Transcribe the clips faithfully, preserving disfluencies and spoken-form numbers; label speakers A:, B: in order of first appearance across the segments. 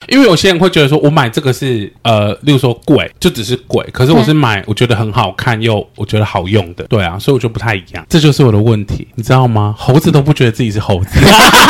A: 因为有些人会觉得说，我买这个是呃，例如说贵，就只是贵，可是我是买我觉得很好看又我觉得好用的，对啊，所以我就不太一样，这就是我的问题，你知道吗？猴子都不觉得自己是猴子。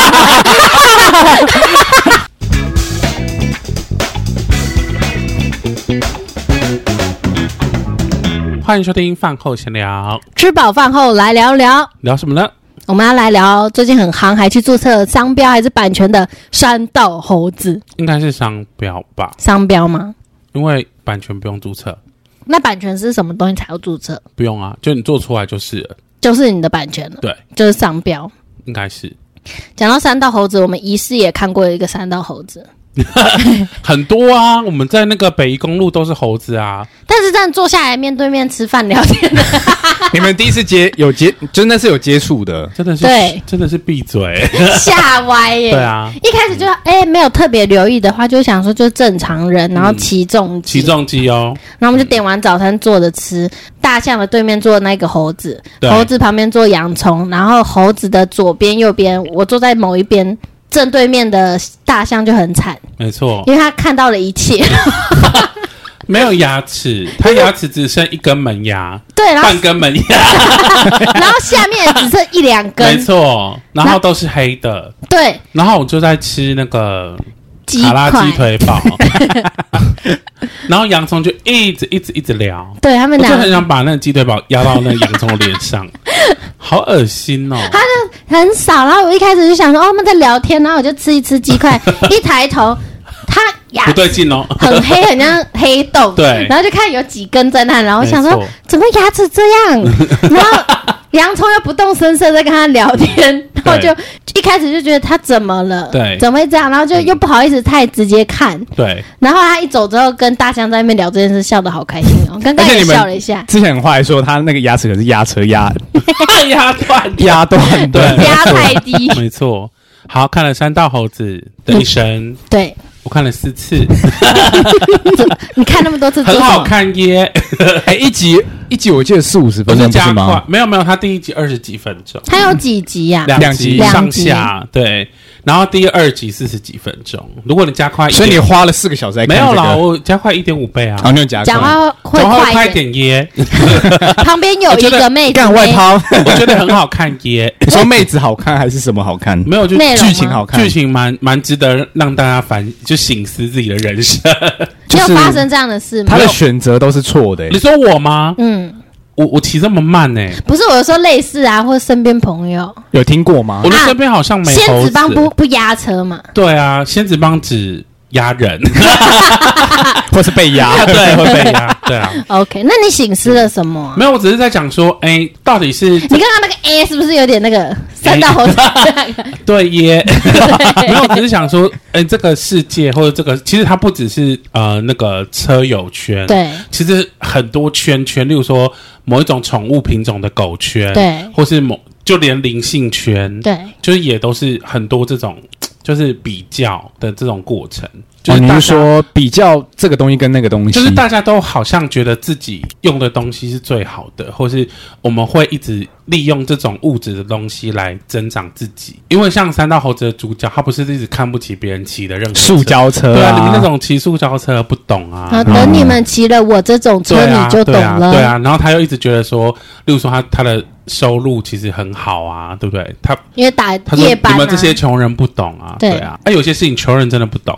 A: 欢迎收听饭后闲聊，
B: 吃饱饭后来聊聊，
A: 聊什么呢？
B: 我们要来聊最近很夯，还去注册商标还是版权的山道猴子。
A: 应该是商标吧？
B: 商标吗？
A: 因为版权不用注册。
B: 那版权是什么东西才要注册？
A: 不用啊，就你做出来就是了，
B: 就是你的版权了。
A: 对，
B: 就是商标。
A: 应该是。
B: 讲到山道猴子，我们疑似也看过一个山道猴子。
A: 很多啊，我们在那个北宜公路都是猴子啊。
B: 但是这样坐下来面对面吃饭聊天的
C: 你们第一次接有接，真的是有接触的，
A: 真的是
B: 对，
A: 真的是闭嘴
B: 吓歪耶。
A: 对啊，
B: 一开始就哎、欸、没有特别留意的话，就想说就是正常人，然后骑重机，
A: 起重机哦。
B: 然后我们就点完早餐坐着吃，大象的对面坐那个猴子，猴子旁边坐洋葱，然后猴子的左边右边，我坐在某一边。正对面的大象就很惨，
A: 没错，
B: 因为他看到了一切，
A: 没有牙齿，他牙齿只剩一根门牙，
B: 对，然后
A: 半根门牙，
B: 然后下面只剩一两根，
A: 没错，然后都是黑的，
B: 对，
A: 然后我就在吃那个卡拉鸡腿堡，然后洋葱就一直一直一直聊，
B: 对他们俩，
A: 我就很想把那个鸡腿堡压到那个洋葱的脸上。好恶心哦！
B: 他就很少，然后我一开始就想说，哦，我们在聊天，然后我就吃一吃鸡块，一抬头，他牙
A: 不对劲哦，
B: 很黑，很像黑洞，
A: 对，
B: 然后就看有几根在那，然后我想说，怎么牙齿这样？然后洋葱又不动声色在跟他聊天，然后就一开始就觉得他怎么了？
A: 对，
B: 怎么会这样？然后就又不好意思太直接看，
A: 对。
B: 然后他一走之后，跟大象在那边聊这件事，笑得好开心哦。刚刚也笑了一下。
C: 之前话还说他那个牙齿可是压车压
A: 压断，
C: 压断，对，
B: 压太低，
A: 没错。好，看了山道猴子的一生，
B: 对。
A: 我看了四次，
B: 你看那么多次，
A: 很好看耶！
C: 哎，一集一集我记得四五十分钟，不是吗？
A: 没有没有，他第一集二十几分钟，
B: 他有几集呀？
A: 两集上下，对。然后第二集四十几分钟，如果你加快，
C: 所以你花了四个小时来看、这个。
A: 没有啦，我加快一点五倍啊！
C: 哦，你有加快，
B: 讲话会
A: 快一点耶。
B: 旁边有一个妹子，
C: 干外抛，
A: 我觉得很好看耶。
C: 你说妹子好看还是什么好看？
A: 没有，就
C: 剧情好看，
A: 剧情蛮蛮值得让大家反就省思自己的人生。
B: 你有发生这样的事吗？
C: 他的选择都是错的、欸。
A: 你说我吗？
B: 嗯。
A: 我我骑这么慢呢、欸？
B: 不是，我有说类似啊，或者身边朋友
C: 有听过吗？
A: 我的身边好像没猴子。
B: 仙子帮不不压车嘛？
A: 对啊，仙子帮只压人，
C: 或是被压，
A: 对，会被压，对啊。
B: OK， 那你省思了什么、啊？
A: 没有，我只是在讲说，哎、欸，到底是
B: 你刚刚那个 A 是不是有点那个山道猴子？
A: 对耶，没有，我只是想说，哎、欸，这个世界或者这个，其实它不只是呃那个车友圈，
B: 对，
A: 其实很多圈圈，例如说某一种宠物品种的狗圈，
B: 对，
A: 或是某就连灵性圈，
B: 对，
A: 就是也都是很多这种就是比较的这种过程。就
C: 是、
A: 哦、
C: 你是说比较这个东西跟那个东西，
A: 就是大家都好像觉得自己用的东西是最好的，或是我们会一直利用这种物质的东西来增长自己。因为像山道猴子的主角，他不是一直看不起别人骑的任何车
C: 塑胶车、啊，
A: 对啊，你们那种骑塑胶车不懂啊。
B: 啊，等你们骑了我这种车，
A: 嗯、
B: 你就懂了。
A: 对啊，对啊，然后他又一直觉得说，例如说他他的收入其实很好啊，对不对？他
B: 因为打夜班、啊，
A: 你们这些穷人不懂啊，对, 对啊，啊，有些事情穷人真的不懂。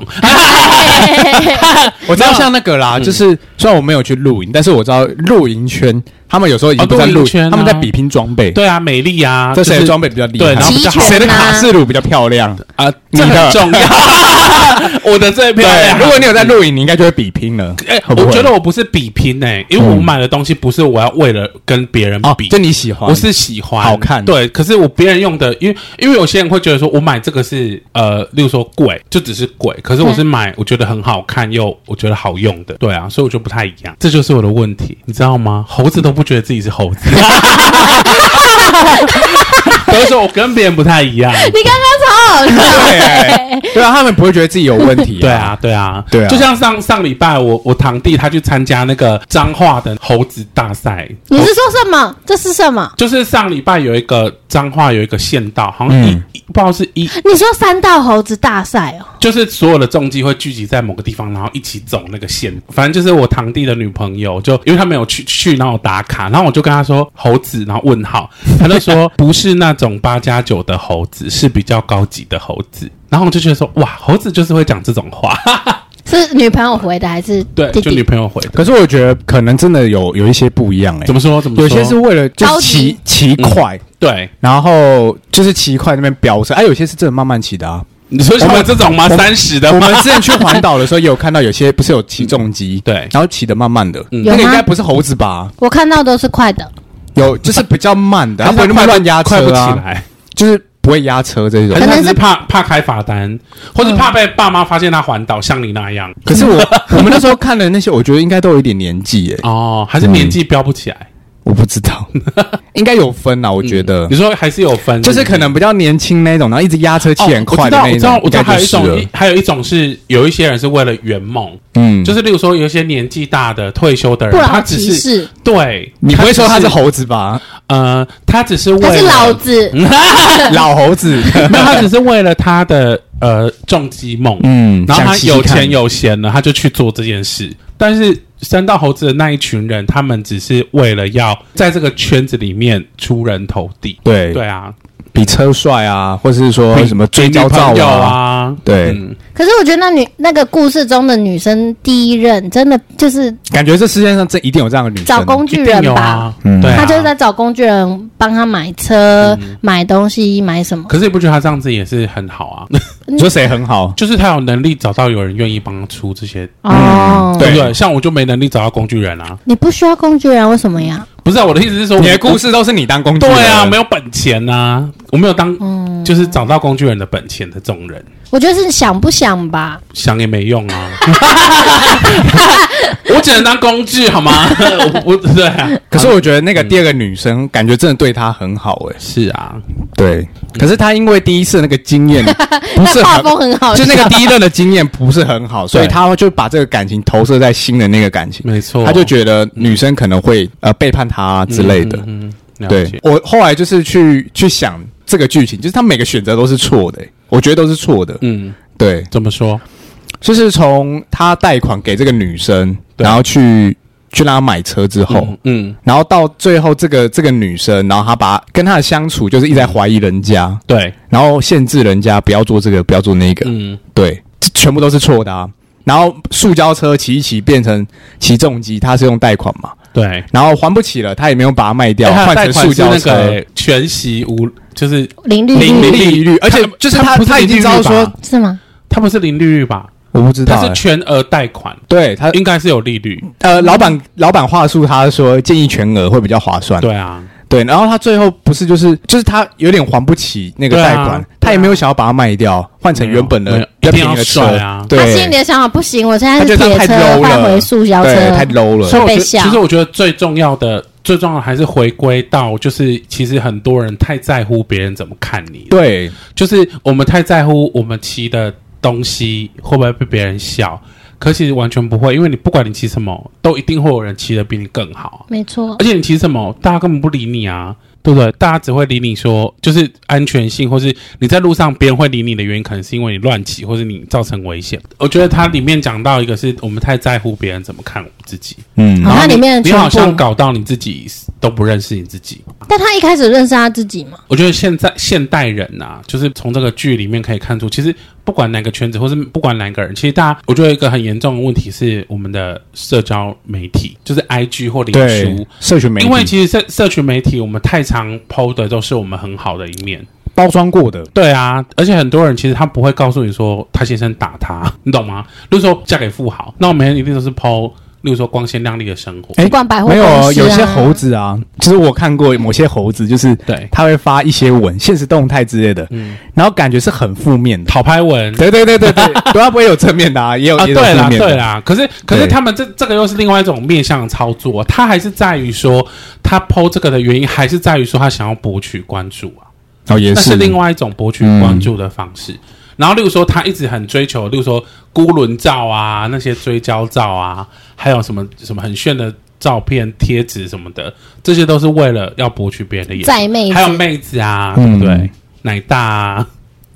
C: 我知道像那个啦，嗯、就是虽然我没有去露营，但是我知道露营圈他们有时候已经不在露营、哦啊，他们在比拼装备。
A: 对啊，美丽啊，
C: 这谁的装备比较厉害？
A: 对，然后比较好，
C: 谁的卡式炉比较漂亮
A: 啊？你的很重要，我的最漂亮。
C: 如果你有在露营，你应该就会比拼了。
A: 哎、欸，我觉得我不是比拼哎、欸，因为我买的东西不是我要为了跟别人比、
C: 哦，就你喜欢，
A: 我是喜欢
C: 好看。
A: 对，可是我别人用的，因为因为有些人会觉得说我买这个是呃，例如说贵，就只是贵，可是我是买我觉得很好看又我觉得好用的，对啊，所以我就不太一样，这就是我的问题，你知道吗？猴子都不觉得自己是猴子。所以说我跟别人不太一样。
B: 你刚刚超好笑，
C: 对，对啊，他们不会觉得自己有问题、啊。
A: 对啊，对啊，
C: 对啊。
A: 就像上上礼拜我我堂弟他去参加那个彰化的猴子大赛。
B: 你是说什么？这是什么？
A: 就是上礼拜有一个彰化有一个县道，好像一、嗯、不知道是一。
B: 你说山道猴子大赛哦？
A: 就是所有的重机会聚集在某个地方，然后一起走那个线。反正就是我堂弟的女朋友，就因为他没有去去，然后打卡，然后我就跟他说猴子，然后问号，他就说不是那种八加九的猴子，是比较高级的猴子。然后我就觉得说，哇，猴子就是会讲这种话。
B: 是女朋友回的还是
A: 对，就女朋友回的。
C: 可是我觉得可能真的有有一些不一样哎、欸。
A: 怎么说？怎么说？
C: 有些是为了就是骑骑快、嗯，
A: 对，
C: 然后就是骑快那边飙车，哎、啊，有些是真的慢慢骑的啊。
A: 你说像我们这种吗？三十的吗？
C: 我们之前去环岛的时候也有看到有些不是有骑重机、嗯，对，然后骑得慢慢的，嗯、那个应该不是猴子吧？
B: 我看到都是快的，
C: 有就是比较慢的，它不会那么乱压车、啊，
A: 快不起来，
C: 就是。不会压车这种，
A: 可能是怕怕开罚单，或者怕被爸妈发现他环岛，像你那样。
C: 可是我我们那时候看的那些，我觉得应该都有一点年纪耶。
A: 哦，还是年纪标不起来。嗯
C: 我不知道，应该有分啊，我觉得、
A: 嗯。你说还是有分是不是，
C: 就是可能比较年轻那种，然后一直压车骑很快的那种。
A: 我知道，我知道，我知道，还有一种，还有一种是有一些人是为了圆梦，嗯，就是例如说有一些年纪大的退休的人，他只是对，
C: 你不会说他是猴子吧？
A: 呃，他只是为了
B: 他是老子，
C: 老猴子，
A: 没有，他只是为了他的呃重机梦，嗯，然后他有钱有闲了，他就去做这件事，但是。山道猴子的那一群人，他们只是为了要在这个圈子里面出人头地。
C: 对
A: 对啊，
C: 比车帅啊，或是说什么追焦照啊，对、嗯。
B: 可是我觉得那女那个故事中的女生第一任，真的就是
C: 感觉这世界上这一定有这样的女生，
B: 找工具人吧？
A: 啊嗯、对、啊，
B: 她就是在找工具人帮她买车、嗯、买东西、买什么。
A: 可是你不觉得她这样子也是很好啊？
C: 你说谁很好？
A: 就是她有能力找到有人愿意帮她出这些
B: 哦，
A: 对不对？像我就没能力找到工具人啊。
B: 你不需要工具人，为什么呀？
A: 不是啊，我的意思是说，
C: 你的故事都是你当工具人。
A: 对啊，没有本钱啊，我没有当，嗯、就是找到工具人的本钱的这种人。
B: 我觉得是想不想吧，
A: 想也没用啊。我只能当工具好吗？我不对啊。
C: 可是我觉得那个第二个女生、嗯、感觉真的对她很好诶、欸。
A: 是啊，
C: 对。可是她因为第一次那个经验不是
B: 画风很好，
C: 就那个第一任的经验不是很好，所以她就把这个感情投射在新的那个感情。
A: 没错，
C: 她就觉得女生可能会呃背叛她、啊、之类的。嗯嗯嗯、对，我后来就是去去想这个剧情，就是她每个选择都是错的、欸，我觉得都是错的。嗯。对，
A: 怎么说？
C: 就是从他贷款给这个女生，然后去去让她买车之后，嗯，嗯然后到最后这个这个女生，然后她把跟她的相处就是一直在怀疑人家，
A: 对，
C: 然后限制人家不要做这个，不要做那个，嗯，对，这全部都是错的啊。然后塑胶车骑一骑变成骑重机，他是用贷款嘛？
A: 对，
C: 然后还不起了，他也没有把它卖掉，换成塑胶车，
A: 那个全息无就是
B: 零利率，
C: 零利率，而且就是他他已经知道说，
B: 是吗？
A: 他不是零利率吧？
C: 我不知道、欸，
A: 他是全额贷款，
C: 对他
A: 应该是有利率。
C: 呃，老板老板话术，他说建议全额会比较划算。
A: 对啊，
C: 对，然后他最后不是就是就是他有点还不起那个贷款，啊、他也没有想要把它卖掉，换成原本的比较便宜的车
A: 啊。
B: 对，他心里的想法不行，我现在是铁车换回塑胶车，
C: 太 low 了，
B: 会被笑。
A: 其实我觉得最重要的。最重要的还是回归到，就是其实很多人太在乎别人怎么看你。
C: 对，
A: 就是我们太在乎我们骑的东西会不会被别人笑，可其实完全不会，因为你不管你骑什么，都一定会有人骑得比你更好。
B: 没错，
A: 而且你骑什么，大家根本不理你啊。对不对？大家只会理你说，就是安全性，或是你在路上别人会理你的原因，可能是因为你乱骑，或是你造成危险。我觉得它里面讲到一个是我们太在乎别人怎么看我们自己，嗯，然后
B: 它里面
A: 你好像搞到你自己都不认识你自己。
B: 但他一开始认识他自己吗？
A: 我觉得现在现代人啊，就是从这个剧里面可以看出，其实不管哪个圈子，或是不管哪个人，其实大家，我觉得一个很严重的问题是我们的社交媒体，就是 I G 或脸书
C: 社群媒体，
A: 因为其实社社群媒体我们太常 P O 的都是我们很好的一面，
C: 包装过的。
A: 对啊，而且很多人其实他不会告诉你说他先生打他，你懂吗？例如说嫁给富豪，那我们一定都是 P O。例如说光鲜亮丽的生活，
B: 不管百货公司、啊、
C: 没有有些猴子啊，就是我看过某些猴子，就是对他会发一些文、现实动态之类的，嗯，然后感觉是很负面的
A: 讨拍文，
C: 对对对对对，对他不会有正面的啊，也有
A: 啊，
C: 也有正面的，
A: 对啦对啦，可是可是他们这这个又是另外一种面向的操作，他还是在于说他 po 这个的原因，还是在于说他想要博取关注啊，
C: 哦也是，
A: 那是另外一种博取关注的方式。嗯，然后例如说他一直很追求例如说孤轮照啊，那些追焦照啊，还有什么什么很炫的照片贴纸什么的，这些都是为了要博取别人的眼光，
B: 在妹子
A: 还有妹子啊，对不对？嗯，奶大啊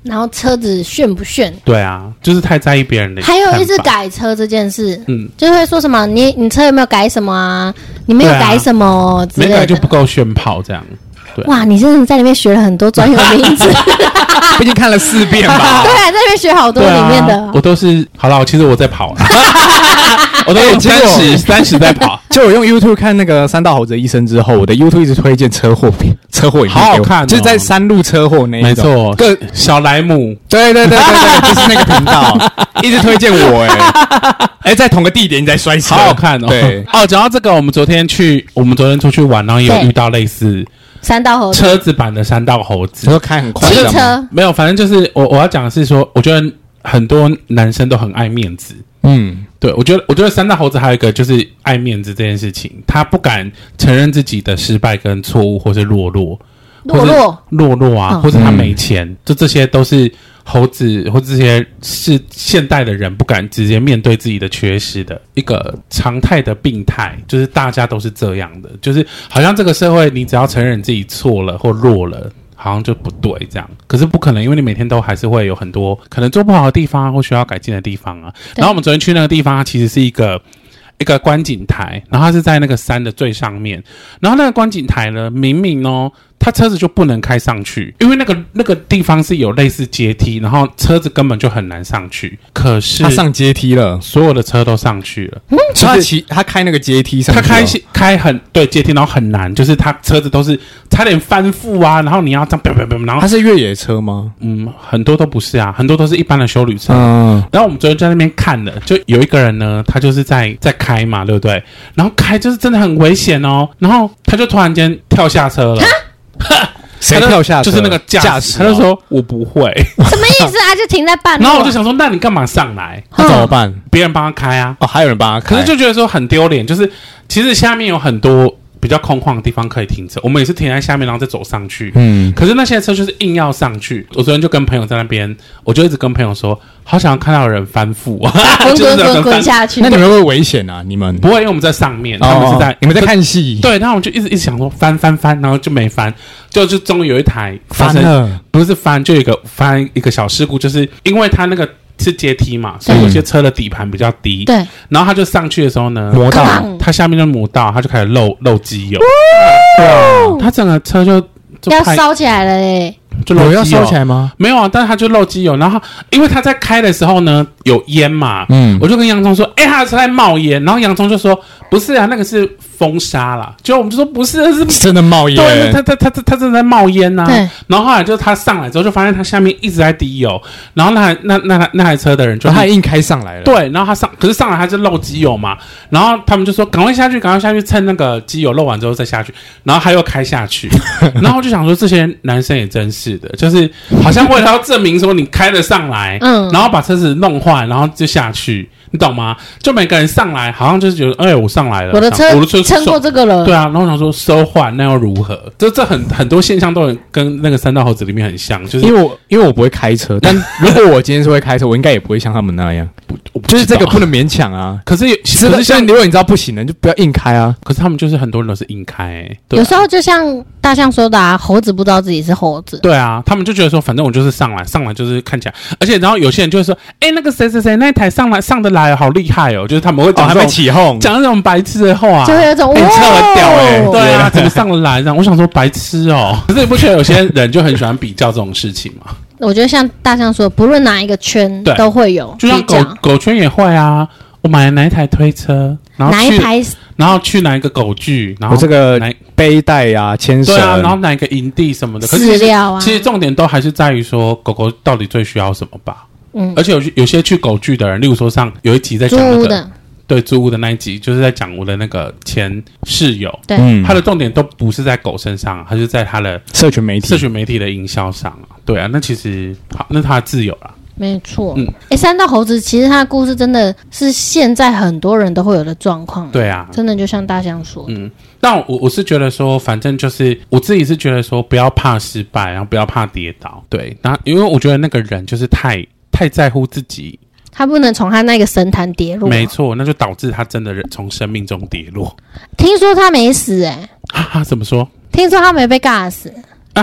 B: 然后车子炫不炫？
A: 对啊，就是太在意别人的。
B: 还有一直改车这件事，
A: 嗯，
B: 就会说什么你你车有没有改什么啊？你没有改什么之类的，
A: 没改就不够炫炮这样。对，
B: 哇，你真的在里面学了很多专有名词，
C: 毕竟看了四遍吧。
B: 对啊，在那边学好多里面的。
A: 啊、我都是好了，其实我在跑啦。我都用三十三十在跑。
C: 就我用 YouTube 看那个三道猴子的医生之后，我的 YouTube 一直推荐车祸片，车祸影片，
A: 好好看、哦，
C: 就是在山路车祸那一种。
A: 没错，个小莱姆，
C: 对对对对对，就是那个频道，一直推荐我哎、欸，哎、欸，在同个地点你在摔车，
A: 好好看哦。
C: 对
A: 哦，讲到这个，我们昨天去，我们昨天出去玩，然后也有遇到类似。
B: 山道猴子
A: 车子版的山道猴子，
C: 你说开很快，
B: 汽车
A: 没有，反正就是我我要讲的是说，我觉得很多男生都很爱面子，
C: 嗯，
A: 对我觉得我觉得山道猴子还有一个就是爱面子这件事情，他不敢承认自己的失败跟错误，或是落落，
B: 落落
A: 落落啊，
B: 嗯、
A: 或者他没钱，就这些都是猴子或者这些是现代的人不敢直接面对自己的缺失的一个常态的病态，就是大家都是这样的，就是好像这个社会你只要承认自己错了或弱了，好像就不对这样。可是不可能，因为你每天都还是会有很多可能做不好的地方或需要改进的地方啊。然后我们昨天去那个地方，它其实是一个一个观景台，然后它是在那个山的最上面，然后那个观景台呢，明明哦，他车子就不能开上去，因为那个那个地方是有类似阶梯，然后车子根本就很难上去。可是
C: 他上阶梯了，
A: 所有的车都上去了。
C: 嗯，所以他骑他开那个阶梯上去，
A: 他开开很对阶梯，然后很难，就是他车子都是差点翻覆啊，然后你要这样，然后
C: 他是越野车吗？
A: 嗯，很多都不是啊，很多都是一般的休旅车。
C: 嗯，
A: 然后我们昨天在那边看了，就有一个人呢，他就是在在开嘛，对不对？然后开就是真的很危险哦，然后他就突然间跳下车了。
C: 谁跳下车？
A: 就是那个驾驶，他就说我不会，
B: 什么意思啊？就停在半路。
A: 然后我就想说，那你干嘛上来？
C: 他怎么办？
A: 别人帮他开啊。
C: 哦，还有人帮他开。
A: 可是就觉得说很丢脸，就是其实下面有很多比较空旷的地方可以停车，我们也是停在下面，然后再走上去。嗯，可是那些车就是硬要上去。我昨天就跟朋友在那边，我就一直跟朋友说，好想要看到有人翻覆啊，
B: 滚滚滚滚下去。
C: 那你们会不会危险啊？你们
A: 不会，因为我们在上面，他们是在、
C: 哦、你们在看戏。
A: 对，然后我就一直一直想说翻翻翻，然后就没翻，就就终于有一台
C: 翻了，
A: 不是翻，就有一个翻一个小事故，就是因为他那个是阶梯嘛，所以有些车的底盘比较低，
B: 对，
A: 然后他就上去的时候呢，
C: 磨到
A: 他下面就磨到，他就开始漏漏机油，哇，他整个车就就
B: 要烧起来了嘞。
A: 就漏机油
C: 要烧起来吗？
A: 没有啊，但是他就漏机油，然后因为他在开的时候呢有烟嘛，嗯，我就跟洋葱说，哎、欸，他的车在冒烟，然后洋葱就说不是啊，那个是风沙啦，就我们就说不是，是
C: 真的冒烟，
A: 对，他他他他他真的在冒烟呐、啊，对，然后后来就他上来之后就发现他下面一直在滴油，然后那那那那那台车的人就
C: 他硬开上来了，
A: 对，然后他上可是上来他就漏机油嘛，然后他们就说赶快下去，赶快下去趁那个机油漏完之后再下去，然后他又开下去，然后我就想说这些男生也真是的，就是好像为了要证明说你开得上来，嗯，然后把车子弄坏，然后就下去，你懂吗？就每个人上来好像就是觉得，哎，我上来了，
B: 我的车我的车撑过这个了，
A: 对啊，然后我想说收坏那又如何？这这很很多现象都很跟那个三道猴子里面很像，就是
C: 因为我因为我不会开车，但如果我今天是会开车，我应该也不会像他们那样，就是这个不能勉强啊。
A: 可是有，
C: 可是像如果你知道不行的，你就不要硬开啊。
A: 可是他们就是很多人都是硬开、欸，
B: 有时候就像大象说的啊，猴子不知道自己是猴子，
A: 对啊，他们就觉得说，反正我就是上来，上来就是看起来，而且然后有些人就会说，哎、欸，那个谁谁谁那一台上来上得来，好厉害哦，就是他们会讲、哦，
C: 还没起哄，
A: 讲那种白痴的话、啊，
B: 就会有种
A: 很扯屌哎，
B: 哦、
A: 对啊，怎么上得来这样？我想说白痴哦，可是你不觉得有些人就很喜欢比较这种事情吗？
B: 我觉得像大象说，不论哪一个圈都会有，
A: 就像狗狗圈也会啊。我买了哪一台推车，然后
B: 哪一台，
A: 然后去哪一个狗具，然后
C: 我这个背带啊、牵绳，
A: 对啊，然后哪一个营地什么的，可是
B: 饲料啊，
A: 其实重点都还是在于说狗狗到底最需要什么吧。嗯，而且有有些去狗具的人，例如说上有一集在讲那个
B: 的
A: 对租屋的那一集，就是在讲我的那个前室友，
B: 对，
A: 嗯、他的重点都不是在狗身上，他是在他的
C: 社群媒体、
A: 社群媒体的营销上啊。对啊，那其实好，那他的自由啦。
B: 没错，嗯，哎，三道猴子其实他的故事真的是现在很多人都会有的状况，
A: 对啊，
B: 真的就像大象说的，
A: 嗯，但我我是觉得说，反正就是我自己是觉得说，不要怕失败，然后不要怕跌倒，对，然后因为我觉得那个人就是太太在乎自己，
B: 他不能从他那个神坛跌落，
A: 没错，那就导致他真的从生命中跌落。
B: 听说他没死、欸，哎，
A: 啊，怎么说？
B: 听说他没被尬死。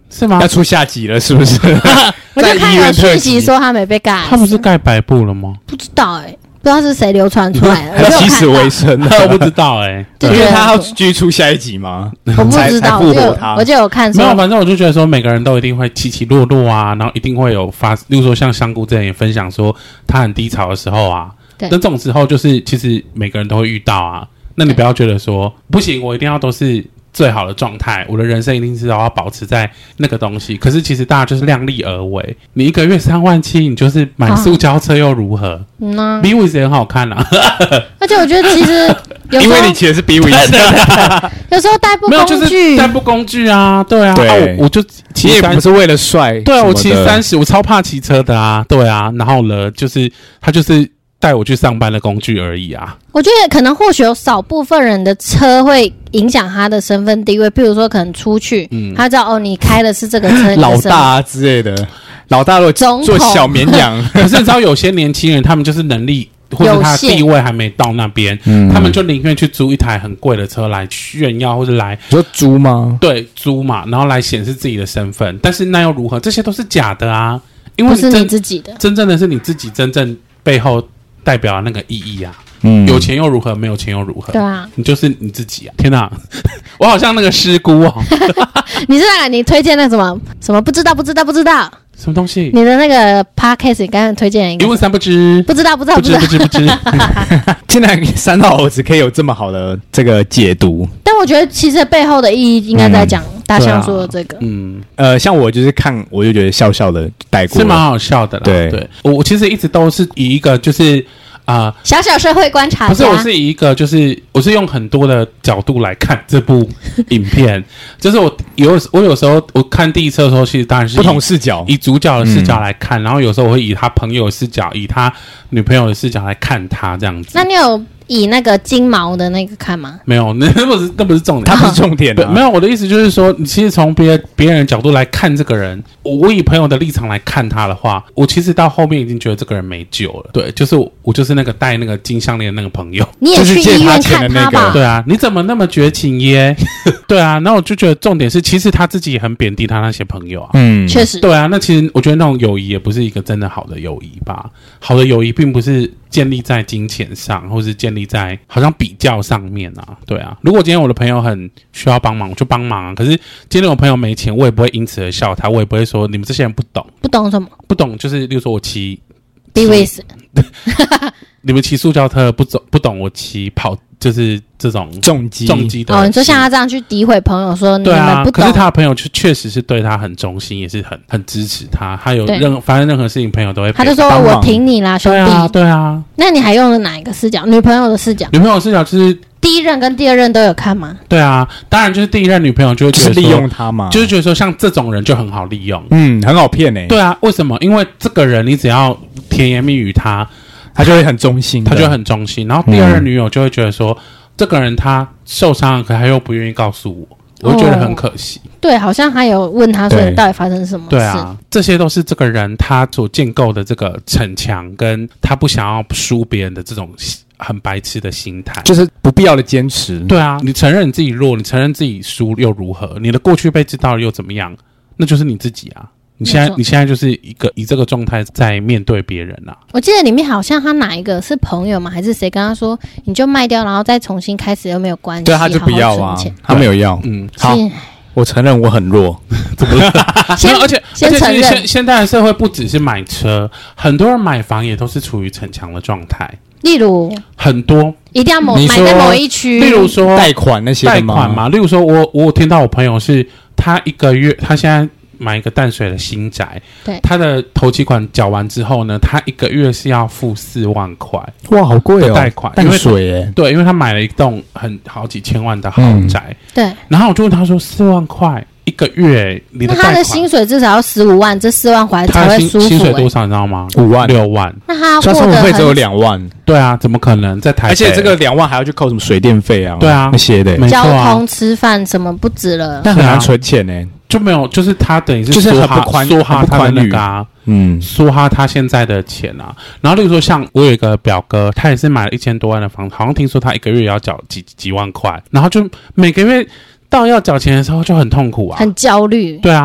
A: 是吗？
C: 要出下集了，是不是？
B: 我就看有讯息说他没被盖，
A: 他不是盖白布了吗？
B: 不知道哎、欸，不知道是谁流传出来的，
C: 还起死回生的，
A: 我不知道哎、欸，
C: 因为他要继续出下一集吗？
B: 我不知道，我就我就有看说，
A: 没有，反正我就觉得说每个人都一定会起起落落啊，然后一定会有发，例如说像香菇之前也分享说他很低潮的时候啊，那这种时候就是其实每个人都会遇到啊，那你不要觉得说不行，我一定要都是最好的状态，我的人生一定是要保持在那个东西。可是其实大家就是量力而为，你一个月三万七，你就是买塑胶车又如何？嗯啊 ，B W 也很好看啊。
B: 而且我觉得其实有时候
C: 因为你骑的是 B W
B: 有时候代步工具，
A: 没有就是代步工具啊，对啊，
C: 对，
A: 啊、我, 我就骑
C: 也不是为了帅，
A: 对啊，我骑三十，我超怕骑车的啊，对啊，然后呢，就是他就是带我去上班的工具而已啊。
B: 我觉得可能或许有少部分人的车会影响他的身份地位，譬如说可能出去，嗯、他知道哦，你开的是这个车，
C: 老大啊之类的，老大如果做小绵羊，
A: 可是你知道有些年轻人，他们就是能力或者他的地位还没到那边，嗯、他们就宁愿去租一台很贵的车来炫耀，或者来
C: 你说租吗？
A: 对，租嘛，然后来显示自己的身份，但是那又如何？这些都是假的啊，因为
B: 不是你自己的，
A: 真正的是你自己真正背后代表的那个意义啊。嗯，有钱又如何？没有钱又如何？
B: 对啊，
A: 你就是你自己啊！天哪，我好像那个师姑哦。
B: 你是那个你推荐那什么什么不知道不知道不知道
A: 什么东西？
B: 你的那个 podcast 你刚刚推荐一个
A: 一问三不知，
B: 不知道不知道
A: 不知不知不知。
C: 竟然三号猴子可以有这么好的这个解读，
B: 但我觉得其实背后的意义应该在讲大象说的这个。
A: 嗯，
C: 呃，像我就是看我就觉得笑笑的带过，
A: 是蛮好笑的啦。
C: 对
A: 对，我我其实一直都是以一个就是。啊、呃，
B: 小小社会观察家，
A: 不是，我是以一个就是我是用很多的角度来看这部影片，就是我有我有时候我看第一次的时候，其实当然是
C: 不同视角，
A: 以主角的视角来看，嗯、然后有时候我会以他朋友的视角，以他女朋友的视角来看他这样子。
B: 那你有以那个金毛的那个看吗？
A: 没有，那不是那不是重点，
C: 它不是重点啊。
A: 没有，我的意思就是说，你其实从别别人的角度来看这个人，我以朋友的立场来看他的话，我其实到后面已经觉得这个人没救了。对，就是我，我就是那个戴那个金项链的那个朋友，
B: 你也去医院看他吧？
A: 对啊，你怎么那么绝情耶？对啊，那我就觉得重点是，其实他自己也很贬低他那些朋友啊。
B: 嗯，确实。
A: 对啊，那其实我觉得那种友谊也不是一个真的好的友谊吧？好的友谊并不是建立在金钱上，或是建立在好像比较上面啊。对啊，如果今天我的朋友很需要帮忙，我就帮忙啊。可是今天我朋友没钱，我也不会因此而笑他，我也不会说你们这些人不懂。
B: 不懂什么？
A: 不懂就是，例如说我骑
B: B W S，
A: 你们骑塑胶车不懂不懂我骑跑。就是这种
C: 重击
A: 重击的
B: 哦，你说像他这样去诋毁朋友说你们不懂，
A: 可是他的朋友确确实是对他很忠心，也是很很支持他。他有任发生任何事情，朋友都会陪
B: 他就说我挺你啦，兄弟。
A: 对啊，对啊。
B: 那你还用了哪一个视角？女朋友的视角？
A: 女朋友的视角就是
B: 第一任跟第二任都有看吗？
A: 对啊，当然就是第一任女朋友就会觉得
C: 就是利用他嘛，
A: 就是觉得说像这种人就很好利用，
C: 嗯，很好骗哎、欸。
A: 对啊，为什么？因为这个人你只要甜言蜜语他，
C: 他就会很忠心，
A: 他就会很忠心。然后第二任女友就会觉得说。嗯这个人他受伤了，可他又不愿意告诉我，我就觉得很可惜。
B: 哦、对，好像他有问他说你到底发生什么事？
A: 对啊，这些都是这个人他所建构的这个城墙，跟他不想要输别人的这种很白痴的心态，
C: 就是不必要的坚持。
A: 对啊，你承认你自己弱，你承认自己输又如何？你的过去被知道了又怎么样？那就是你自己啊。你现在你现在就是一个以这个状态在面对别人啊。
B: 我记得里面好像他哪一个是朋友吗？还是谁跟他说你就卖掉，然后再重新开始又没有关系？
C: 对，他就不要啊，他没有要。嗯，好，我承认我很弱，
A: 怎么了？
B: 先
A: 而且
B: 先承认，
A: 现现在的社会不只是买车，很多人买房也都是处于逞强的状态。
B: 例如
A: 很多
B: 一定要某买在某一区，
A: 例如说
C: 贷款那些
A: 贷款嘛。例如说我我有听到我朋友是他一个月他现在。买一个淡水的新宅，
B: 对，
A: 他的头期款缴完之后呢，他一个月是要付四万块，
C: 哇，好贵哦！
A: 贷款
C: 淡水耶，
A: 对，因为他买了一栋很好几千万的豪宅，
B: 嗯、对。
A: 然后我就问他说：“四万块一个月，你的贷款
B: 那他的薪水至少要十五万，这四万回来才会舒服、欸。
A: 薪水多少你知道吗？
C: 五万、
A: 六万。
B: 那他
C: 生活费只有两万，
A: 对啊，怎么可能在台北？
C: 而且这个两万还要去扣什么水电费啊？
A: 对啊，
C: 那些的、
B: 啊、交通、吃饭什么不止了，
C: 但很难存钱呢、欸。
A: 就没有，就是他等于是
C: 就是
A: 梭哈
C: 不宽
A: 梭哈他的那个啊，
C: 嗯，
A: 梭哈他现在的钱啊。然后例如说，像我有一个表哥，他也是买了一千多万的房子，好像听说他一个月也要缴几几万块，然后就每个月到要缴钱的时候就很痛苦啊，
B: 很焦虑。
A: 对啊，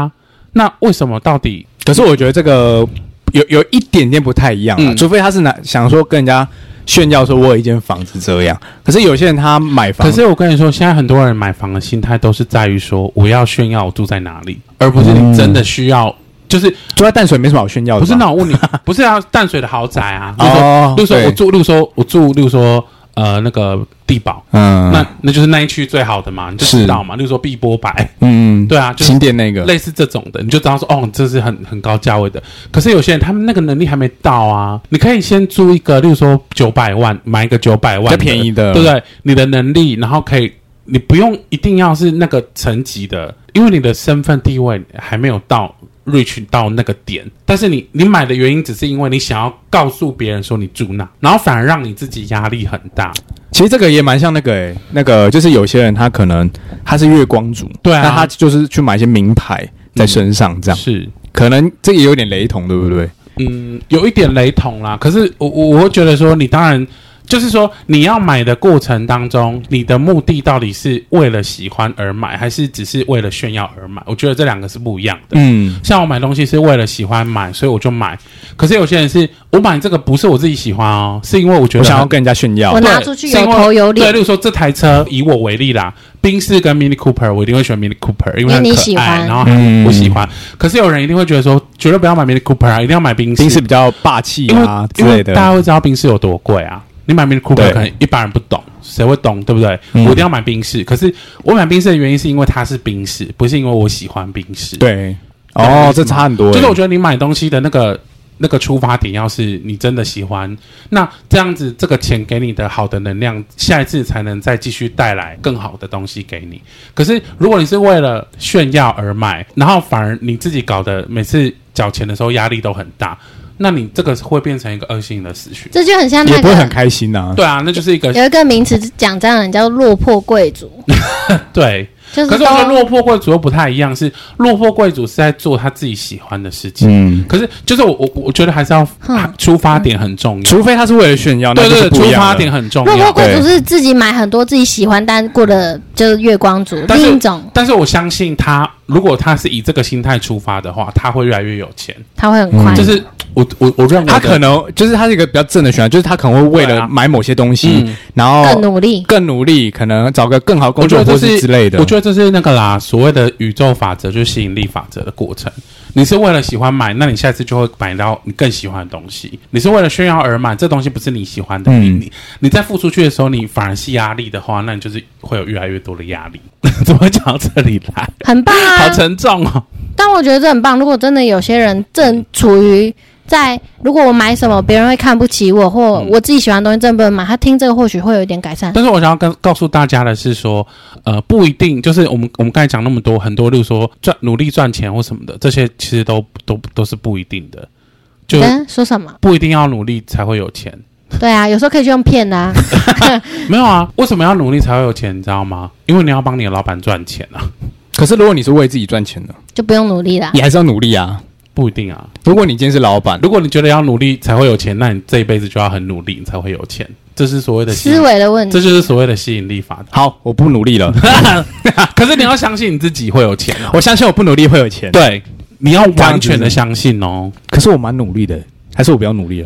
A: 那为什么到底？
C: 可是我觉得这个有有一点点不太一样啊，嗯、除非他是拿想说跟人家炫耀说我有一间房子这样。可是有些人他买房，
A: 可是我跟你说，现在很多人买房的心态都是在于说我要炫耀我住在哪里，而不是你真的需要。嗯就是
C: 住在淡水没什么好炫耀的，
A: 不是？那我问你，不是啊？淡水的豪宅啊，哦，例如说我住，例如说我住，例如说呃那个地堡，嗯，那那就是那一区最好的嘛，你就知道嘛。例如说碧波白，嗯，对啊，就是
C: 新店那个
A: 类似这种的，你就知道说哦，这是很很高价位的。可是有些人他们那个能力还没到啊，你可以先租一个，例如说九百万，买一个九百万
C: 比较便宜的，
A: 对不对？你的能力，然后可以。你不用一定要是那个层级的，因为你的身份地位还没有到 reach 到那个点，但是你你买的原因只是因为你想要告诉别人说你住那，然后反而让你自己压力很大。
C: 其实这个也蛮像那个诶、欸，那个就是有些人他可能他是月光族，
A: 对啊，
C: 那他就是去买一些名牌在身上，这样、嗯、
A: 是
C: 可能这也有点雷同，对不对？
A: 嗯，有一点雷同啦。可是我我我会觉得说，你当然。就是说，你要买的过程当中，你的目的到底是为了喜欢而买，还是只是为了炫耀而买？我觉得这两个是不一样的。嗯，像我买东西是为了喜欢买，所以我就买。可是有些人是我买这个不是我自己喜欢哦，是因为我觉得
C: 我想要跟人家炫耀，
B: 我拿出去有头有脸。
A: 对，例如说这台车，以我为例啦，宾士跟 Mini Cooper， 我一定会选 Mini Cooper， 因为很可爱，然后我喜欢。可是有人一定会觉得说，绝对不要买 Mini Cooper 啊，一定要买宾士，
C: 宾士比较霸气啊之类的。
A: 大家会知道宾士有多贵啊。你买 Mini Cooper 可能一般人不懂，谁会懂，对不对？嗯、我一定要买宾士，可是我买宾士的原因是因为它是宾士，不是因为我喜欢宾士。
C: 对，哦，这差很多。
A: 就是我觉得你买东西的那个那个出发点，要是你真的喜欢，那这样子这个钱给你的好的能量，下一次才能再继续带来更好的东西给你。可是如果你是为了炫耀而买，然后反而你自己搞得每次缴钱的时候压力都很大。那你这个会变成一个恶性的死循，
B: 这就很像那个，
C: 也不会很开心啊。
A: 对啊，那就是一个
B: 有一个名词讲这样的人叫落魄贵族。
A: 对，就是可是我觉得落魄贵族又不太一样，是落魄贵族是在做他自己喜欢的事情。嗯，可是就是我我我觉得还是要、嗯、出发点很重要，
C: 除非他是为了炫耀，
A: 对对对，出发点很重要。
B: 落魄贵族是自己买很多自己喜欢，但过的就是月光族。另一种，
A: 但是我相信他，如果他是以这个心态出发的话，他会越来越有钱，
B: 他会很快。
A: 嗯、就是我我我认为
C: 他可能就是他是一个比较正的选项，就是他可能会为了买某些东西，啊嗯、然后
B: 更努力，
C: 更努力，可能找个更好工作或是之类的。
A: 我觉得这是那个啦，所谓的宇宙法则，就是吸引力法则的过程。你是为了喜欢买，那你下次就会买到你更喜欢的东西。你是为了炫耀而买，这东西不是你喜欢的，嗯、你你在付出去的时候，你反而是压力的话，那你就是会有越来越多的压力。怎么会讲到这里来？
B: 很棒啊，
A: 好沉重哦。
B: 但我觉得这很棒。如果真的有些人正处于在，如果我买什么别人会看不起我，或我自己喜欢的东西真不能买，他听这个或许会有一点改善。
A: 但是我想要跟告诉大家的是说，呃，不一定就是我们我们刚才讲那么多很多，例如说赚努力赚钱或什么的，这些其实都都都是不一定的。就
B: 说什么？
A: 不一定要努力才会有钱。
B: 对啊，有时候可以去用骗的啊。
A: 没有啊，为什么要努力才会有钱？你知道吗？因为你要帮你的老板赚钱啊。
C: 可是如果你是为自己赚钱的，
B: 就不用努力啦。
C: 你还是要努力啊。
A: 不一定啊。
C: 如果你今天是老板，
A: 如果你觉得要努力才会有钱，那你这一辈子就要很努力，你才会有钱。这是所谓的
B: 思维的问题，
A: 这就是所谓的吸引力法则。
C: 好，我不努力了。
A: 可是你要相信你自己会有钱、啊。
C: 我相信我不努力会有钱。
A: 对，你要完全的相信哦。
C: 可是我蛮努力的，还是我不要努力了？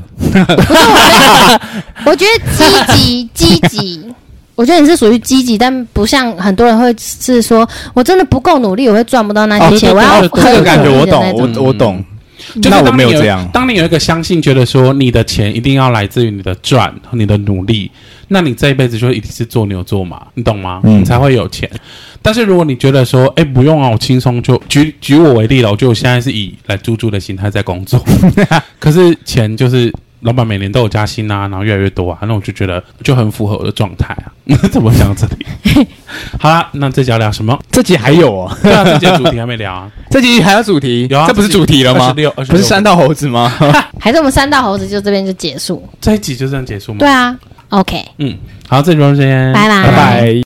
B: 我觉得积极积极。我觉得你是属于积极，但不像很多人会是说，我真的不够努力，我会赚不到那些钱。
C: 哦、
B: 我要
C: 这个感觉我懂，我我懂。
A: 就是
C: 那我没有这样。
A: 当你有一个相信，觉得说你的钱一定要来自于你的赚和你的努力，那你这一辈子就一定是做牛做马，你懂吗？嗯、你才会有钱。但是如果你觉得说，哎，不用啊，我轻松就举举我为例了，我觉得我现在是以来猪猪的心态在工作，可是钱就是老板每年都有加薪啊，然后越来越多啊，那我就觉得就很符合我的状态啊。怎么讲到这里？好啦，那这集要聊什么？
C: 这集还有哦，
A: 对啊，这集的主题还没聊啊。
C: 这集还有主题？
A: 有啊，
C: 这不是主题了吗？
A: 二十六，
C: 不是山道猴子吗？
B: 还是我们山道猴子就这边就结束？
A: 这一集就这样结束吗？
B: 对啊 ，OK。
A: 嗯，好，这集就这样，
B: 拜拜，
C: 拜拜。